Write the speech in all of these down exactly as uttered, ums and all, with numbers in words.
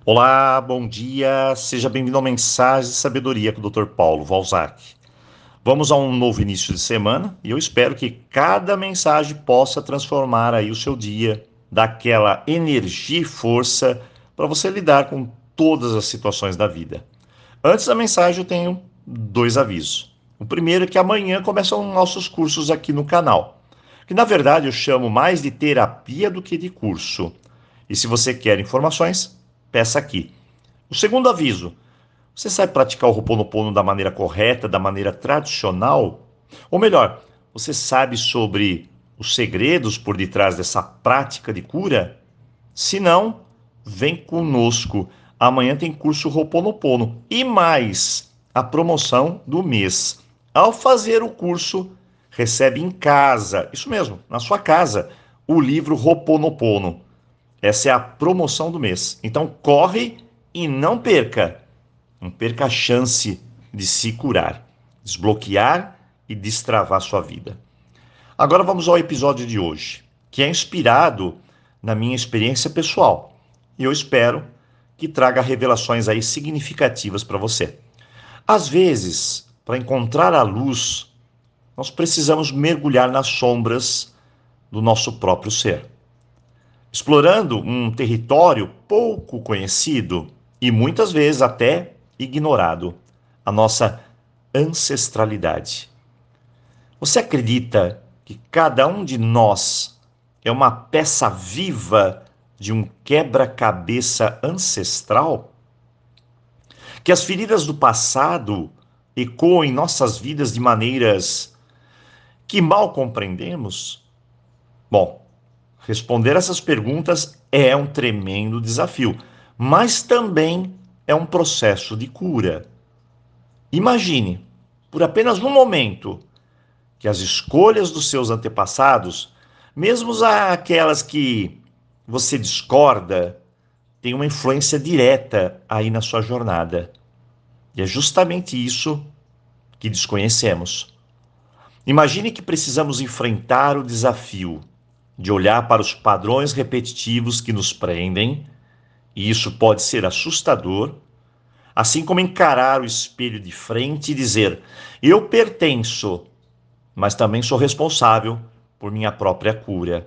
Olá, bom dia, seja bem-vindo ao Mensagem de Sabedoria com o doutor Paulo Valzac. Vamos a um novo início de semana e eu espero que cada mensagem possa transformar aí o seu dia, dar aquela energia e força para você lidar com todas as situações da vida. Antes da mensagem eu tenho dois avisos. O primeiro é que amanhã começam nossos cursos aqui no canal, que na verdade eu chamo mais de terapia do que de curso. E se você quer informações, peça aqui. O segundo aviso: você sabe praticar o Ho'oponopono da maneira correta, da maneira tradicional? Ou melhor, você sabe sobre os segredos por detrás dessa prática de cura? Se não, vem conosco. Amanhã tem curso Ho'oponopono e mais a promoção do mês. Ao fazer o curso, recebe em casa, isso mesmo, na sua casa, o livro Ho'oponopono. Essa é a promoção do mês. Então corre e não perca. Não perca a chance de se curar, desbloquear e destravar sua vida. Agora vamos ao episódio de hoje, que é inspirado na minha experiência pessoal. E eu espero que traga revelações aí significativas para você. Às vezes, para encontrar a luz, nós precisamos mergulhar nas sombras do nosso próprio ser. Explorando um território pouco conhecido e muitas vezes até ignorado, a nossa ancestralidade. Você acredita que cada um de nós é uma peça viva de um quebra-cabeça ancestral? Que as feridas do passado ecoam em nossas vidas de maneiras que mal compreendemos? Bom, responder essas perguntas é um tremendo desafio, mas também é um processo de cura. Imagine, por apenas um momento, que as escolhas dos seus antepassados, mesmo aquelas que você discorda, têm uma influência direta aí na sua jornada. E é justamente isso que desconhecemos. Imagine que precisamos enfrentar o desafio de olhar para os padrões repetitivos que nos prendem, e isso pode ser assustador, assim como encarar o espelho de frente e dizer: eu pertenço, mas também sou responsável por minha própria cura.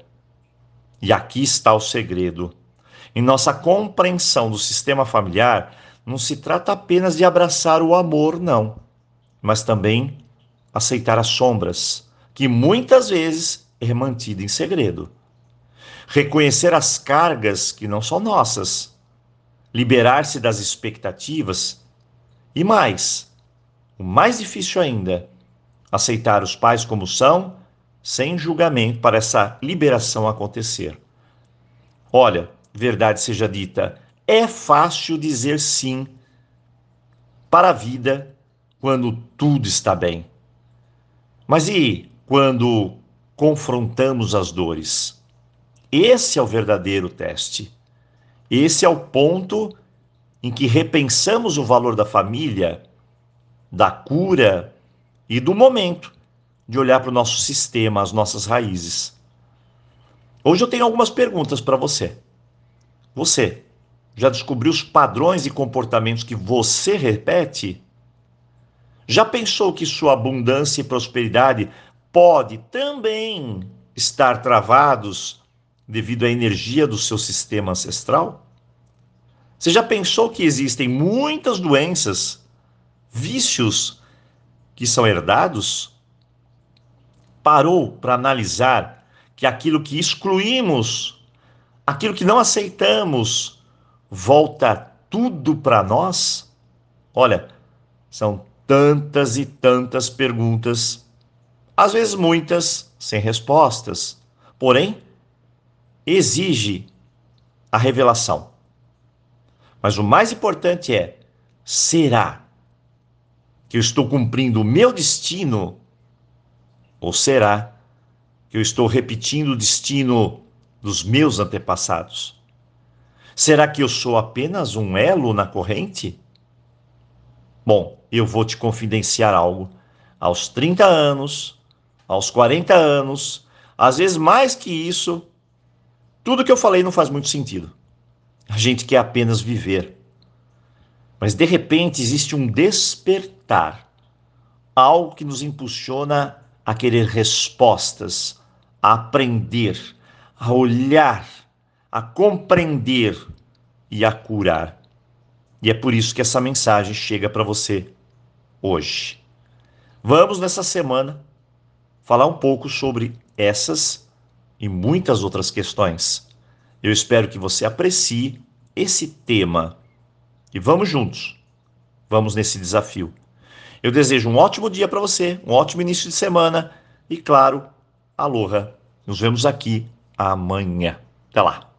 E aqui está o segredo. Em nossa compreensão do sistema familiar, não se trata apenas de abraçar o amor, não, mas também aceitar as sombras, que muitas vezes é mantida em segredo. Reconhecer as cargas que não são nossas, liberar-se das expectativas e mais, o mais difícil ainda, aceitar os pais como são, sem julgamento para essa liberação acontecer. Olha, verdade seja dita, é fácil dizer sim para a vida quando tudo está bem. Mas e quando confrontamos as dores? Esse é o verdadeiro teste. Esse é o ponto em que repensamos o valor da família, da cura e do momento de olhar para o nosso sistema, as nossas raízes. Hoje eu tenho algumas perguntas para você. Você já descobriu os padrões e comportamentos que você repete? Já pensou que sua abundância e prosperidade pode também estar travados devido à energia do seu sistema ancestral? Você já pensou que existem muitas doenças, vícios que são herdados? Parou para analisar que aquilo que excluímos, aquilo que não aceitamos, volta tudo para nós? Olha, são tantas e tantas perguntas, às vezes muitas sem respostas, porém, exige a revelação. Mas o mais importante é: será que eu estou cumprindo o meu destino? Ou será que eu estou repetindo o destino dos meus antepassados? Será que eu sou apenas um elo na corrente? Bom, eu vou te confidenciar algo. Aos trinta anos, aos quarenta anos, às vezes mais que isso, tudo que eu falei não faz muito sentido. A gente quer apenas viver. Mas de repente existe um despertar, algo que nos impulsiona a querer respostas, a aprender, a olhar, a compreender e a curar. E é por isso que essa mensagem chega para você hoje. Vamos nessa semana falar um pouco sobre essas e muitas outras questões. Eu espero que você aprecie esse tema e vamos juntos. Vamos nesse desafio. Eu desejo um ótimo dia para você, um ótimo início de semana e, claro, aloha. Nos vemos aqui amanhã. Até lá.